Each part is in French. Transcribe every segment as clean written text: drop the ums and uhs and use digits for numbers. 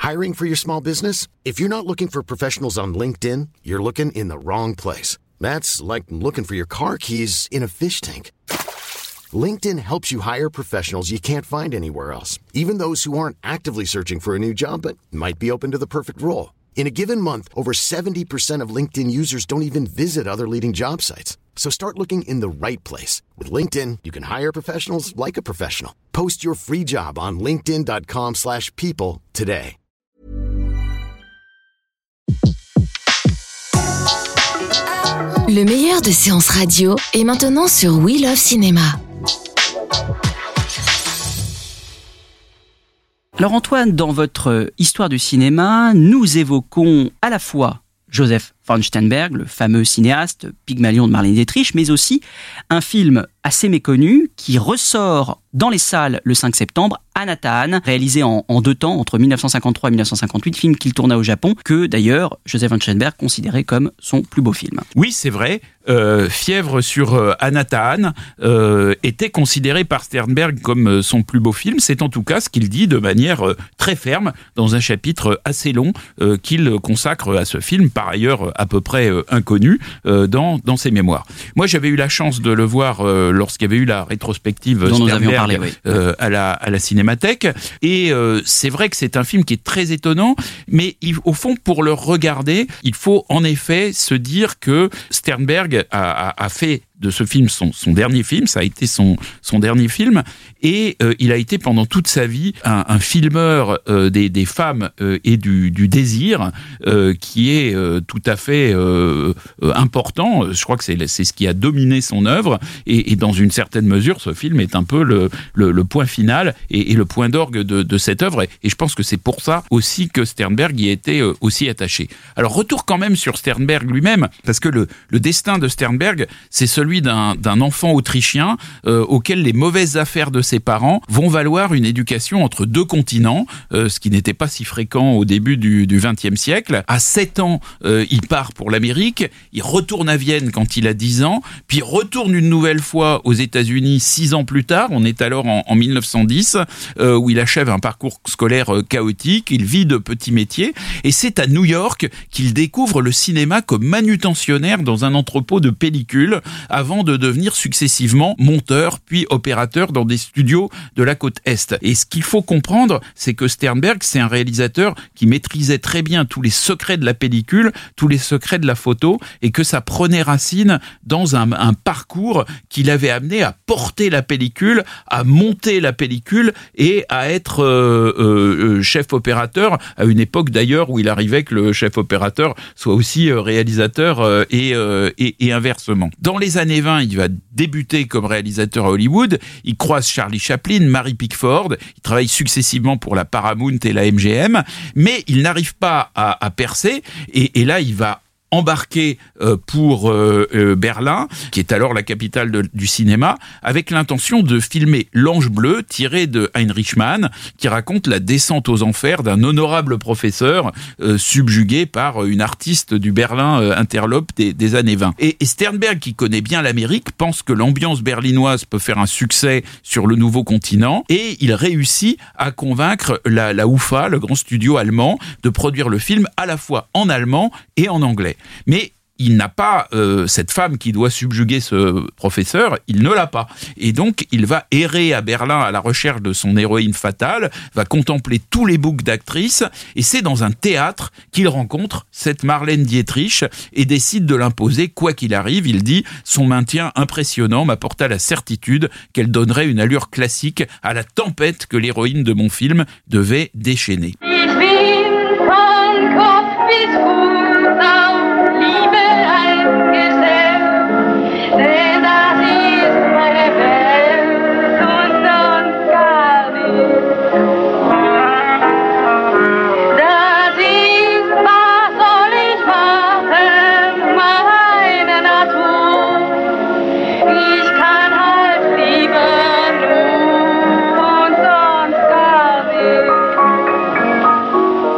Hiring for your small business? If you're not looking for professionals on LinkedIn, you're looking in the wrong place. That's like looking for your car keys in a fish tank. LinkedIn helps you hire professionals you can't find anywhere else, even those who aren't actively searching for a new job but might be open to the perfect role. In a given month, over 70% of LinkedIn users don't even visit other leading job sites. So start looking in the right place. With LinkedIn, you can hire professionals like a professional. Post your free job on linkedin.com/people today. Le meilleur de séances radio est maintenant sur We Love Cinéma. Alors Antoine, dans votre histoire du cinéma, nous évoquons à la fois Joseph von Sternberg, le fameux cinéaste Pygmalion de Marlène Dietrich, mais aussi un film assez méconnu qui ressort dans les salles le 5 septembre, Anatane, réalisé en 2 temps, entre 1953 et 1958, film qu'il tourna au Japon, que d'ailleurs Joseph von Sternberg considérait comme son plus beau film. Oui, c'est vrai. Fièvre sur Anatane était considéré par Sternberg comme son plus beau film. C'est en tout cas ce qu'il dit de manière très ferme dans un chapitre assez long qu'il consacre à ce film, par ailleurs à peu près inconnu dans ses mémoires. Moi, j'avais eu la chance de le voir lorsqu'il y avait eu la rétrospective dont Sternberg nous avions parlé, oui. à la Cinémathèque. Et c'est vrai que c'est un film qui est très étonnant, mais au fond, pour le regarder, il faut en effet se dire que Sternberg a fait de ce film son dernier film, ça a été son dernier film, et il a été pendant toute sa vie un filmeur des femmes et du désir qui est tout à fait important. Je crois que c'est ce qui a dominé son œuvre, et dans une certaine mesure, ce film est un peu le point final et le point d'orgue de cette œuvre, et je pense que c'est pour ça aussi que Sternberg y était aussi attaché. Alors retour quand même sur Sternberg lui-même, parce que le destin de Sternberg, c'est celui d'un enfant autrichien auquel les mauvaises affaires de ses parents vont valoir une éducation entre 2 continents, ce qui n'était pas si fréquent au début du XXe siècle. À 7 ans, il part pour l'Amérique, il retourne à Vienne quand il a 10 ans, puis retourne une nouvelle fois aux États-Unis 6 ans plus tard, on est alors en 1910, où il achève un parcours scolaire chaotique, il vit de petits métiers, et c'est à New York qu'il découvre le cinéma comme manutentionnaire dans un entrepôt de pellicules, avant de devenir successivement monteur puis opérateur dans des studios de la côte Est. Et ce qu'il faut comprendre, c'est que Sternberg, c'est un réalisateur qui maîtrisait très bien tous les secrets de la pellicule, tous les secrets de la photo, et que ça prenait racine dans un parcours qui l'avait amené à porter la pellicule, à monter la pellicule et à être chef opérateur, à une époque d'ailleurs où il arrivait que le chef opérateur soit aussi réalisateur et inversement. Dans les années 20, il va débuter comme réalisateur à Hollywood. Il croise Charlie Chaplin, Mary Pickford. Il travaille successivement pour la Paramount et la MGM, mais il n'arrive pas à percer. Et là, il va embarqué pour Berlin, qui est alors la capitale du cinéma, avec l'intention de filmer L'Ange bleu, tiré de Heinrich Mann, qui raconte la descente aux enfers d'un honorable professeur subjugué par une artiste du Berlin interlope des années 20. Et Sternberg, qui connaît bien l'Amérique, pense que l'ambiance berlinoise peut faire un succès sur le nouveau continent, et il réussit à convaincre la UFA, le grand studio allemand, de produire le film à la fois en allemand et en anglais. Mais il n'a pas cette femme qui doit subjuguer ce professeur, il ne l'a pas. Et donc, il va errer à Berlin à la recherche de son héroïne fatale, va contempler tous les boucs d'actrices, et c'est dans un théâtre qu'il rencontre cette Marlène Dietrich et décide de l'imposer quoi qu'il arrive. Il dit « Son maintien impressionnant m'apporta la certitude qu'elle donnerait une allure classique à la tempête que l'héroïne de mon film devait déchaîner. »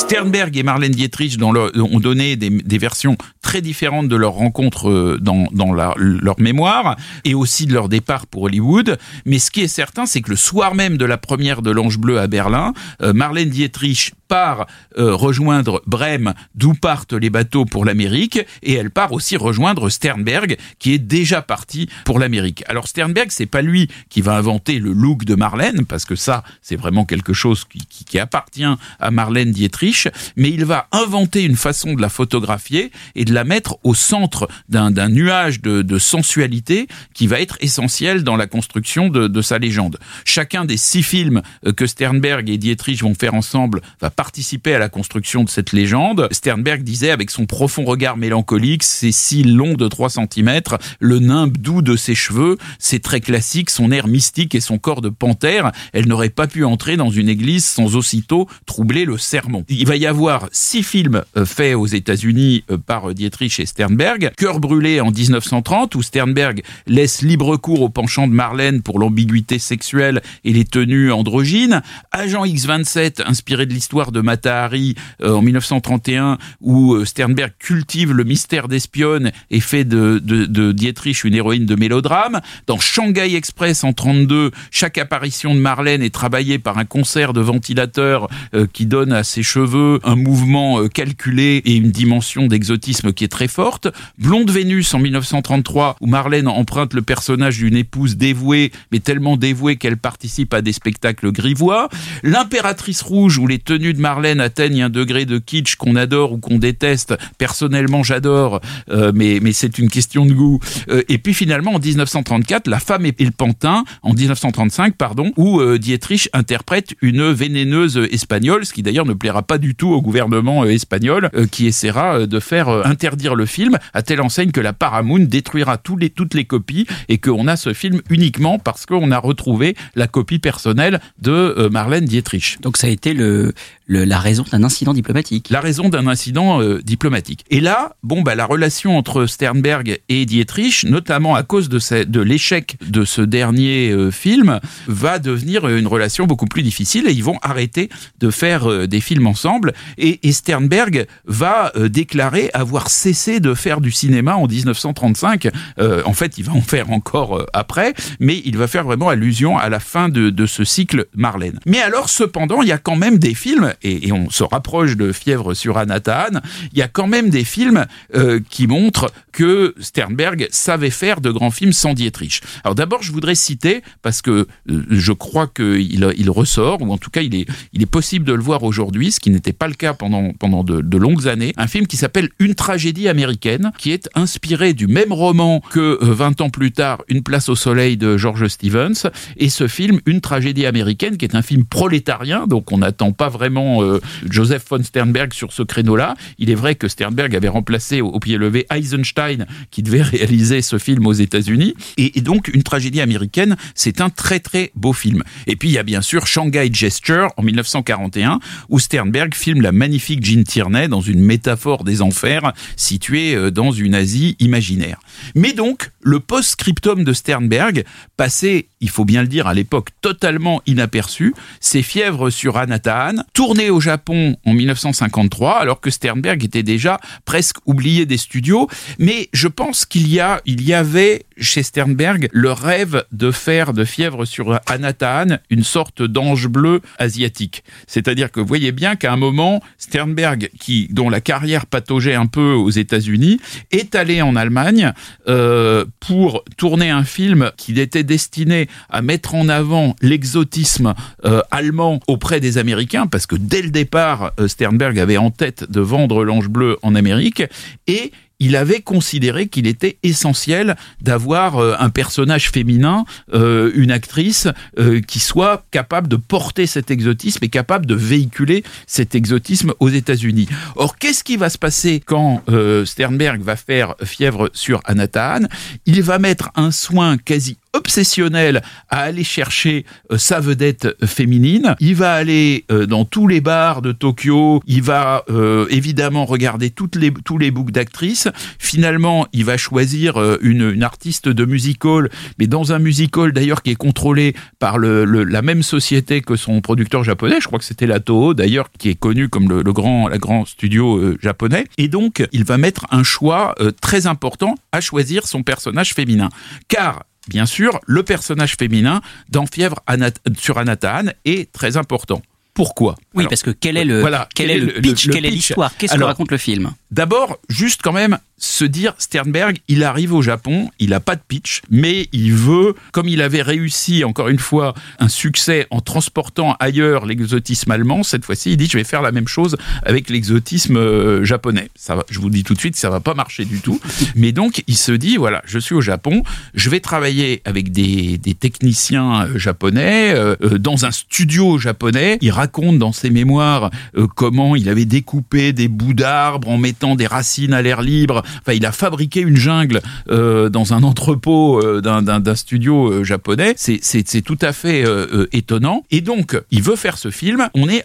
Sternberg et Marlène Dietrich ont donné des versions très différentes de leur rencontre dans leur mémoire et aussi de leur départ pour Hollywood. Mais ce qui est certain, c'est que le soir même de la première de l'Ange Bleu à Berlin, Marlène Dietrich part rejoindre Brême, d'où partent les bateaux pour l'Amérique, et elle part aussi rejoindre Sternberg, qui est déjà parti pour l'Amérique. Alors Sternberg, c'est pas lui qui va inventer le look de Marlène, parce que ça, c'est vraiment quelque chose qui appartient à Marlène Dietrich, mais il va inventer une façon de la photographier et de la mettre au centre d'un nuage de sensualité qui va être essentiel dans la construction de sa légende. Chacun des 6 films que Sternberg et Dietrich vont faire ensemble va participer à la construction de cette légende. Sternberg disait, avec son profond regard mélancolique, ses cils longs de 3 cm, le nimbe doux de ses cheveux, ses traits classiques, son air mystique et son corps de panthère, elle n'aurait pas pu entrer dans une église sans aussitôt troubler le sermon. Il va y avoir 6 films faits aux États-Unis par Dietrich et Sternberg. Cœur brûlé en 1930, où Sternberg laisse libre cours au penchant de Marlène pour l'ambiguïté sexuelle et les tenues androgynes. Agent X-27, inspiré de l'histoire de Mata Hari en 1931, où Sternberg cultive le mystère d'espionne et fait de Dietrich une héroïne de mélodrame. Dans Shanghai Express en 32, chaque apparition de Marlène est travaillée par un concert de ventilateurs qui donne à ses cheveux un mouvement calculé et une dimension d'exotisme qui est très forte. Blonde Vénus en 1933, où Marlène emprunte le personnage d'une épouse dévouée, mais tellement dévouée qu'elle participe à des spectacles grivois. L'Impératrice Rouge, où les tenues de Marlène atteignent un degré de kitsch qu'on adore ou qu'on déteste. Personnellement, j'adore, mais c'est une question de goût. Et puis finalement, en 1934, La femme et le pantin, en 1935, pardon, où Dietrich interprète une vénéneuse espagnole, ce qui d'ailleurs ne plaira pas du tout au gouvernement espagnol, qui essaiera de faire interdire le film, à telle enseigne que la Paramount détruira toutes les copies et qu'on a ce film uniquement parce qu'on a retrouvé la copie personnelle de Marlène Dietrich. Donc ça a été la raison d'un incident diplomatique. La raison d'un incident diplomatique. Et là, la relation entre Sternberg et Dietrich, notamment à cause de l'échec de ce dernier film, va devenir une relation beaucoup plus difficile et ils vont arrêter de faire des films ensemble. Et Sternberg va déclarer avoir cessé de faire du cinéma en 1935. En fait, il va en faire encore après, mais il va faire vraiment allusion à la fin de ce cycle Marlène. Mais alors, cependant, il y a quand même des films, et on se rapproche de Fièvre sur Anatane, il y a quand même des films qui montrent que Sternberg savait faire de grands films sans Dietrich. Alors d'abord, je voudrais citer, parce que je crois qu'il ressort, ou en tout cas il est possible de le voir aujourd'hui, ce qui n'était pas le cas pendant de longues années, un film qui s'appelle Une tragédie américaine, qui est inspiré du même roman que 20 ans plus tard, Une place au soleil de George Stevens, et ce film, Une tragédie américaine, qui est un film prolétarien, donc on n'attend pas vraiment Joseph von Sternberg sur ce créneau-là. Il est vrai que Sternberg avait remplacé au pied levé Eisenstein, qui devait réaliser ce film aux États-Unis, et donc Une tragédie américaine, c'est un très très beau film. Et puis il y a bien sûr Shanghai Gesture en 1941, où Sternberg filme la magnifique Jean Tierney dans une métaphore des enfers située dans une Asie imaginaire. Mais donc, le post-scriptum de Sternberg, passé, il faut bien le dire, à l'époque totalement inaperçu, c'est Fièvre sur Anatane, tourné au Japon en 1953, alors que Sternberg était déjà presque oublié des studios, mais je pense qu'il y avait chez Sternberg le rêve de faire de Fièvre sur Anatane une sorte d'ange bleu asiatique. C'est-à-dire que vous voyez bien qu'à un moment, Sternberg, dont la carrière pataugeait un peu aux États-Unis, est allé en Allemagne pour tourner un film qui était destiné à mettre en avant l'exotisme allemand auprès des Américains, parce que dès le départ, Sternberg avait en tête de vendre l'ange bleu en Amérique, et il avait considéré qu'il était essentiel d'avoir un personnage féminin, une actrice qui soit capable de porter cet exotisme et capable de véhiculer cet exotisme aux États-Unis. Or, qu'est-ce qui va se passer quand Sternberg va faire Fièvre sur Anatane ? Il va mettre un soin quasi obsessionnel à aller chercher sa vedette féminine. Il va aller dans tous les bars de Tokyo. Il va évidemment regarder tous les books d'actrices. Finalement, il va choisir une artiste de music hall, mais dans un music hall d'ailleurs qui est contrôlé par la même société que son producteur japonais. Je crois que c'était la Toho d'ailleurs, qui est connu comme le grand studio japonais. Et donc, il va mettre un choix très important à choisir son personnage féminin. Car bien sûr, le personnage féminin dans Fièvre sur Anatane est très important. Pourquoi ? Oui, parce que quel est le pitch, quelle est l'histoire ? Qu'est-ce que raconte le film ? D'abord, juste quand même se dire, Sternberg, il arrive au Japon, il n'a pas de pitch, mais il veut, comme il avait réussi, encore une fois, un succès en transportant ailleurs l'exotisme allemand, cette fois-ci, il dit, je vais faire la même chose avec l'exotisme japonais. Ça va, je vous dis tout de suite, ça va pas marcher du tout. Mais donc, il se dit, voilà, je suis au Japon, je vais travailler avec des techniciens japonais, dans un studio japonais. Il raconte dans ses mémoires comment il avait découpé des bouts d'arbres en mettant des racines à l'air libre. Enfin, il a fabriqué une jungle dans un entrepôt d'un studio japonais. C'est tout à fait étonnant. Et donc, il veut faire ce film. On est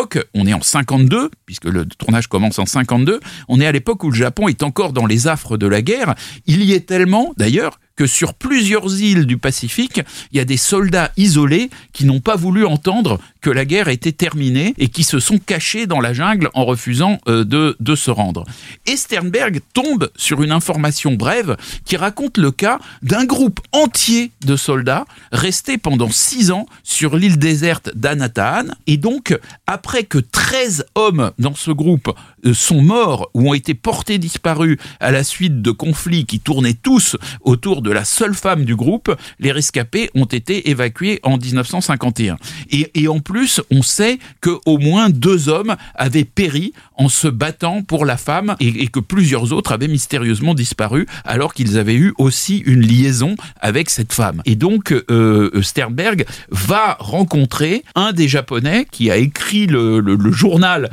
en 52, puisque le tournage commence en 52. On est à l'époque où le Japon est encore dans les affres de la guerre. Il y est tellement, d'ailleurs, que sur plusieurs îles du Pacifique, il y a des soldats isolés qui n'ont pas voulu entendre que la guerre était terminée et qui se sont cachés dans la jungle en refusant de se rendre. Et Sternberg tombe sur une information brève qui raconte le cas d'un groupe entier de soldats restés pendant 6 ans sur l'île déserte d'Anatane. Et donc, après que 13 hommes dans ce groupe sont morts ou ont été portés disparus à la suite de conflits qui tournaient tous autour de la seule femme du groupe, les rescapés ont été évacués en 1951. Et en plus, on sait qu'au moins 2 hommes avaient péri en se battant pour la femme et que plusieurs autres avaient mystérieusement disparu alors qu'ils avaient eu aussi une liaison avec cette femme. Et donc, Sternberg va rencontrer un des Japonais qui a écrit le journal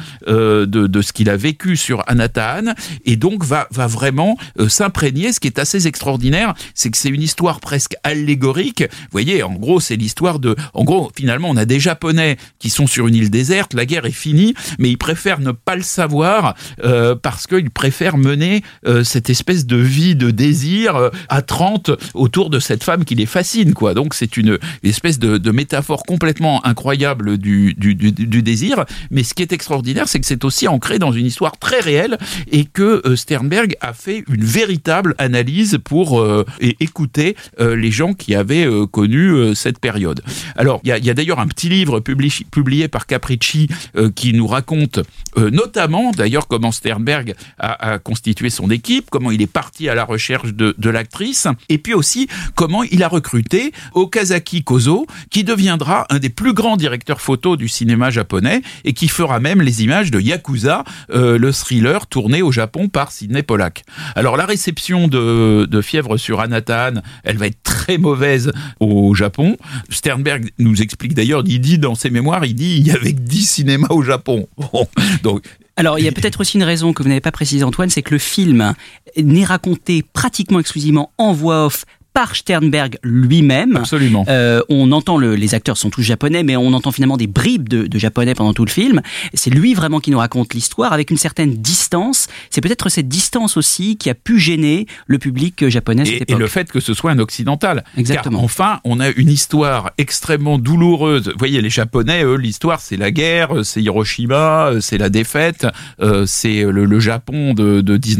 de ce qu'il a vécu sur Anatane et donc va vraiment s'imprégner. Ce qui est assez extraordinaire, c'est que c'est une histoire presque allégorique. Vous voyez, en gros, c'est l'histoire de... En gros, finalement, on a des Japonais qui sont sur une île déserte, la guerre est finie, mais ils préfèrent ne pas le savoir parce qu'ils préfèrent mener cette espèce de vie de désir à 30 autour de cette femme qui les fascine, quoi. Donc, c'est une espèce de métaphore complètement incroyable du désir. Mais ce qui est extraordinaire, c'est que c'est aussi ancré dans une histoire très réelle et que Sternberg a fait une véritable analyse pour écouter les gens qui avaient connu cette période. Alors, il y a d'ailleurs un petit livre publié par Capricci qui nous raconte notamment, d'ailleurs, comment Sternberg a constitué son équipe, comment il est parti à la recherche de l'actrice, et puis aussi comment il a recruté Okazaki Kozo, qui deviendra un des plus grands directeurs photo du cinéma japonais et qui fera même les images de Yakuza, le thriller tourné au Japon par Sidney Pollack. Alors, la réception de Fièvre sur Anatane, elle va être très mauvaise au Japon. Sternberg nous explique d'ailleurs, il dit dans ses mémoires, il y avait 10 cinémas au Japon. Bon, donc... Alors, il y a peut-être aussi une raison que vous n'avez pas précisée, Antoine, c'est que le film n'est raconté pratiquement exclusivement en voix off par Sternberg lui-même. Absolument. On entend les acteurs sont tous japonais, mais on entend finalement des bribes de japonais pendant tout le film. C'est lui vraiment qui nous raconte l'histoire avec une certaine distance. C'est peut-être cette distance aussi qui a pu gêner le public japonais à cette époque. Et le fait que ce soit un occidental. Exactement. Car enfin, on a une histoire extrêmement douloureuse. Vous voyez, les Japonais, eux, l'histoire, c'est la guerre, c'est Hiroshima, c'est la défaite, c'est le Japon de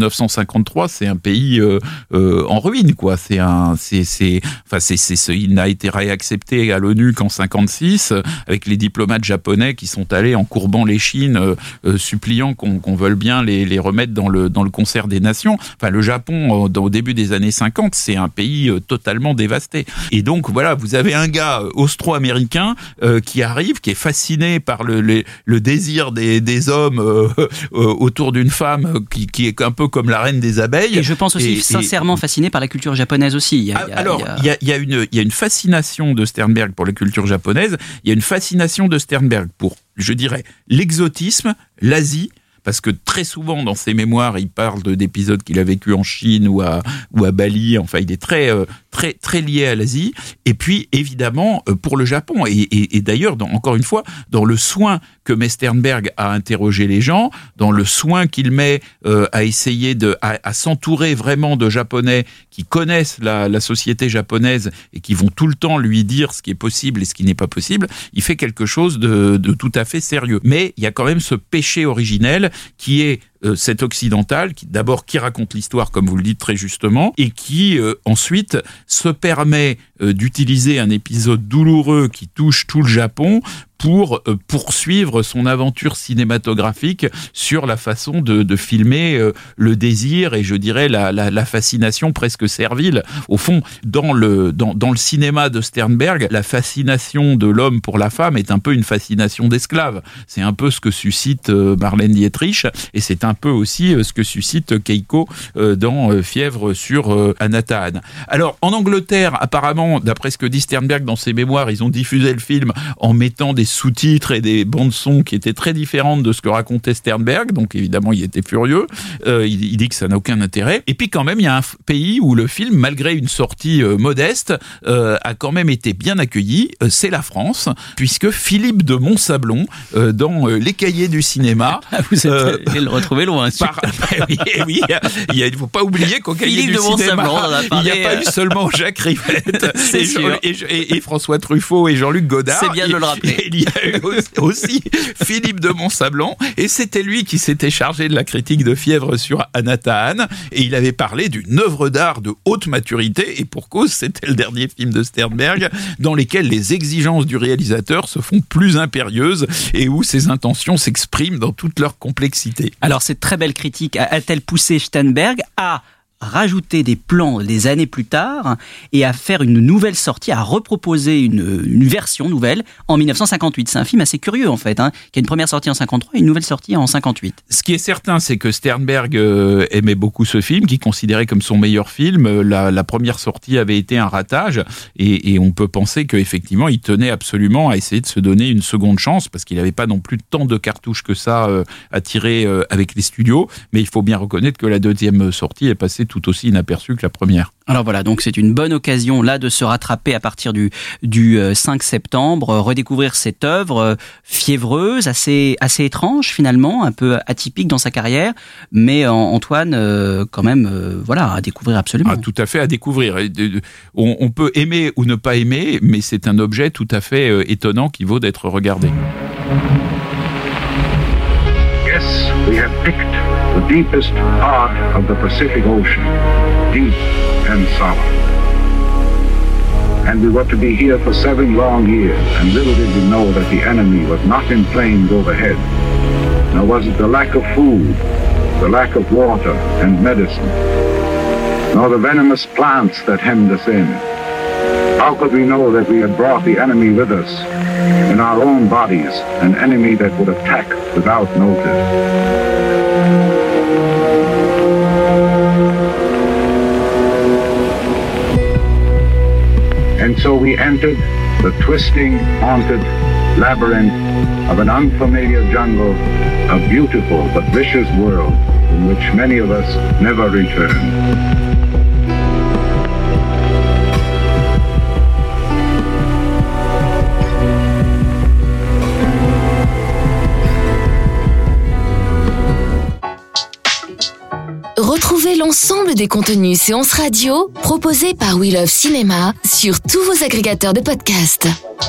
1953, c'est un pays en ruine, quoi. Il n'a été réaccepté à l'ONU qu'en 56, avec les diplomates japonais qui sont allés en courbant l'échine, suppliant qu'on veuille bien les remettre dans le concert des nations. Enfin, le Japon, au début des années 50, c'est un pays totalement dévasté. Et donc, voilà, vous avez un gars austro-américain qui arrive, qui est fasciné par le désir des hommes autour d'une femme qui est un peu comme la reine des abeilles. Et je pense aussi sincèrement fasciné par la culture japonaise aussi. Il y a une fascination de Sternberg pour la culture japonaise, il y a une fascination de Sternberg pour, je dirais, l'exotisme, l'Asie, parce que très souvent dans ses mémoires, il parle d'épisodes qu'il a vécu en Chine ou à Bali. Enfin, il est très lié à l'Asie. Et puis, évidemment, pour le Japon. Et d'ailleurs, encore une fois, dans le soin que met Sternberg à interroger les gens, dans le soin qu'il met à essayer à s'entourer vraiment de Japonais qui connaissent la société japonaise et qui vont tout le temps lui dire ce qui est possible et ce qui n'est pas possible, il fait quelque chose de tout à fait sérieux. Mais il y a quand même ce péché originel qui est cet occidental, qui raconte l'histoire, comme vous le dites très justement, et qui ensuite se permet d'utiliser un épisode douloureux qui touche tout le Japon pour poursuivre son aventure cinématographique sur la façon de filmer le désir et je dirais la fascination presque servile. Au fond, dans le cinéma de Sternberg, la fascination de l'homme pour la femme est un peu une fascination d'esclave. C'est un peu ce que suscite Marlène Dietrich et c'est un peu aussi ce que suscite Keiko dans Fièvre sur Anatahan. Alors, en Angleterre, apparemment, d'après ce que dit Sternberg dans ses mémoires, ils ont diffusé le film en mettant des sous-titres et des bandes-son qui étaient très différentes de ce que racontait Sternberg, donc évidemment il était furieux, il dit que ça n'a aucun intérêt, et puis quand même il y a un pays où le film, malgré une sortie modeste, a quand même été bien accueilli, c'est la France, puisque Philippe de Montsablon, dans Les Cahiers du cinéma... Vous êtes allé le retrouver loin. Oui, il ne faut pas oublier qu'au Cahiers du cinéma, il n'y a pas eu seulement Jacques Rivette et François Truffaut et Jean-Luc Godard. C'est bien de le rappeler. Il y a eu aussi Philippe de Montsablon, et c'était lui qui s'était chargé de la critique de Fièvre sur Anatahan, et il avait parlé d'une œuvre d'art de haute maturité, et pour cause, c'était le dernier film de Sternberg, dans lesquels les exigences du réalisateur se font plus impérieuses, et où ses intentions s'expriment dans toute leur complexité. Alors, cette très belle critique a-t-elle poussé Sternberg à rajouter des plans des années plus tard et à faire une nouvelle sortie, à reproposer une version nouvelle en 1958. C'est un film assez curieux en fait, qui a une première sortie en 53 et une nouvelle sortie en 58. Ce qui est certain, c'est que Sternberg aimait beaucoup ce film, qu'il considérait comme son meilleur film. La première sortie avait été un ratage et on peut penser qu'effectivement il tenait absolument à essayer de se donner une seconde chance parce qu'il n'avait pas non plus tant de cartouches que ça à tirer avec les studios, mais il faut bien reconnaître que la deuxième sortie est passée tout aussi inaperçue que la première. Alors voilà, donc c'est une bonne occasion là de se rattraper à partir du 5 septembre, redécouvrir cette œuvre fiévreuse, assez étrange finalement, un peu atypique dans sa carrière, mais Antoine, quand même, voilà, à découvrir absolument. Ah, tout à fait à découvrir. On peut aimer ou ne pas aimer, mais c'est un objet tout à fait étonnant qui vaut d'être regardé. Yes, we have picked the deepest part of the Pacific Ocean, deep and solemn. And we were to be here for 7 long years, and little did we know that the enemy was not in planes overhead, nor was it the lack of food, the lack of water and medicine, nor the venomous plants that hemmed us in. How could we know that we had brought the enemy with us in our own bodies, an enemy that would attack without notice? And so we entered the twisting, haunted labyrinth of an unfamiliar jungle, a beautiful but vicious world in which many of us never return. Retrouvez l'ensemble des contenus séances radio proposés par We Love Cinéma sur tous vos agrégateurs de podcasts.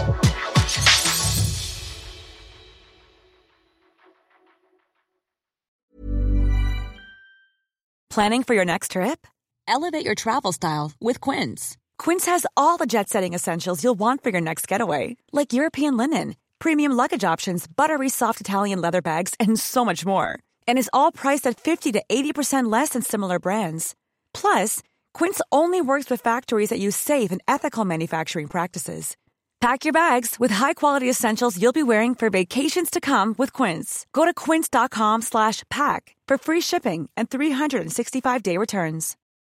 Planning for your next trip? Elevate your travel style with Quince. Quince has all the jet-setting essentials you'll want for your next getaway, like European linen, premium luggage options, buttery soft Italian leather bags, and so much more. And is all priced at 50 to 80% less than similar brands. Plus, Quince only works with factories that use safe and ethical manufacturing practices. Pack your bags with high-quality essentials you'll be wearing for vacations to come with Quince. Go to quince.com/pack for free shipping and 365-day returns.